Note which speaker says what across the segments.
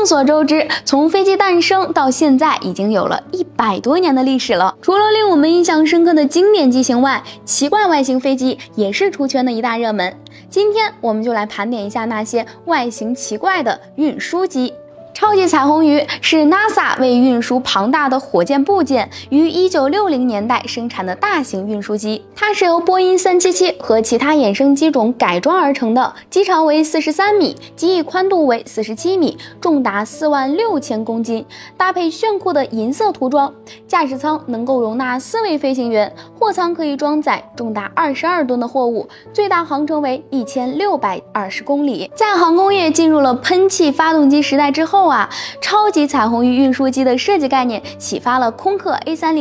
Speaker 1: 众所周知，从飞机诞生到现在，已经有了100多年的历史了。除了令我们印象深刻的经典机型外，奇怪外形飞机也是出圈的一大热门。今天我们就来盘点一下那些外形奇怪的运输机。超级彩虹鱼是 NASA 为运输庞大的火箭部件于1960年代生产的大型运输机，它是由波音377和其他衍生机种改装而成的，机长为43米，机翼宽度为47米，重达46000公斤，搭配炫酷的银色涂装。驾驶舱能够容纳4位飞行员，货舱可以装载重达22吨的货物，最大航程为1620公里。在航空业进入了喷气发动机时代之后，超级彩虹鱼运输机的设计概念启发了空客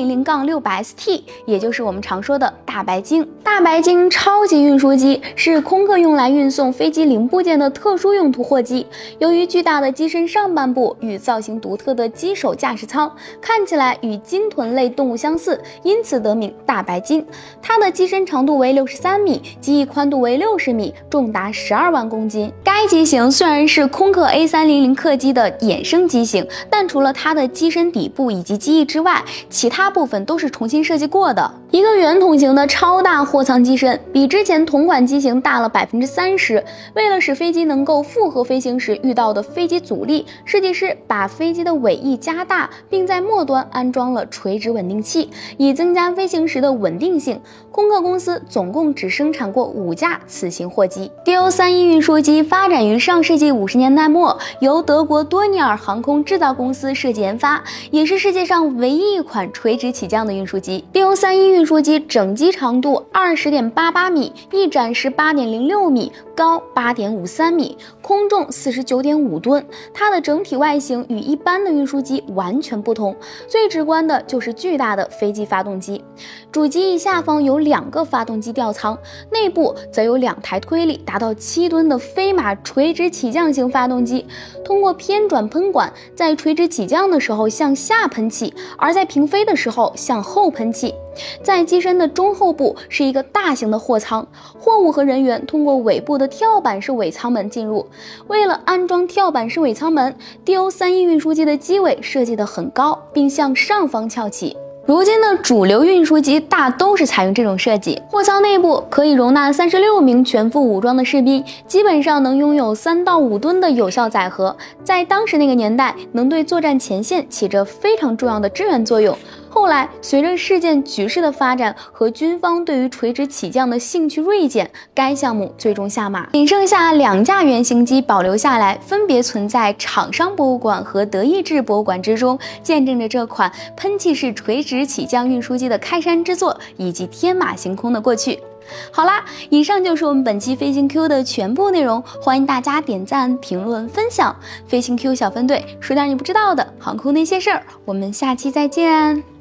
Speaker 1: A300-600ST， 也就是我们常说的大白鲸。大白鲸超级运输机是空客用来运送飞机零部件的特殊用途货机。由于巨大的机身上半部与造型独特的机手驾驶舱看起来与鲸豚类动物相似，因此得名大白鲸。它的机身长度为63米，机翼宽度为60米，重达12万公斤。该机型虽然是空客 A300客机的衍生机型，但除了它的机身底部以及机翼之外，其他部分都是重新设计过的。一个圆筒形的超大货舱机身，比之前同款机型大了30%。为了使飞机能够复合飞行时遇到的飞机阻力，设计师把飞机的尾翼加大，并在末端安装了垂直稳定器，以增加飞行时的稳定性。空客公司总共只生产过5架此型货机。DO31运输机发展于上世纪50年代末，由德国多尼尔航空制造公司设计研发，也是世界上唯一一款垂直起降的运输机。DO31运输机整机长度20.88米，翼展是8.06米，高8.53米，空重49.5吨。它的整体外形与一般的运输机完全不同，最直观的就是巨大的飞机发动机。主机翼下方有2个发动机吊舱，内部则有2台推力达到7吨的飞马垂直起降型发动机，通过偏转喷管，在垂直起降的时候向下喷气，而在平飞的时候向后喷气。在机身的中后部是一个大型的货舱，货物和人员通过尾部的跳板式尾舱门进入。为了安装跳板式尾舱门， DO31运输机的机尾设计得很高，并向上方翘起。如今的主流运输机大都是采用这种设计。货舱内部可以容纳36名全副武装的士兵，基本上能拥有3到5吨的有效载荷，在当时那个年代能对作战前线起着非常重要的支援作用。后来随着事件局势的发展和军方对于垂直起降的兴趣锐减，该项目最终下马，仅剩下2架原型机保留下来，分别存在厂商博物馆和德意志博物馆之中，见证着这款喷气式垂直起降运输机的开山之作以及天马行空的过去。好啦，以上就是我们本期飞行 Q 的全部内容，欢迎大家点赞、评论、分享。飞行 Q 小分队，说点你不知道的航空那些事儿，我们下期再见。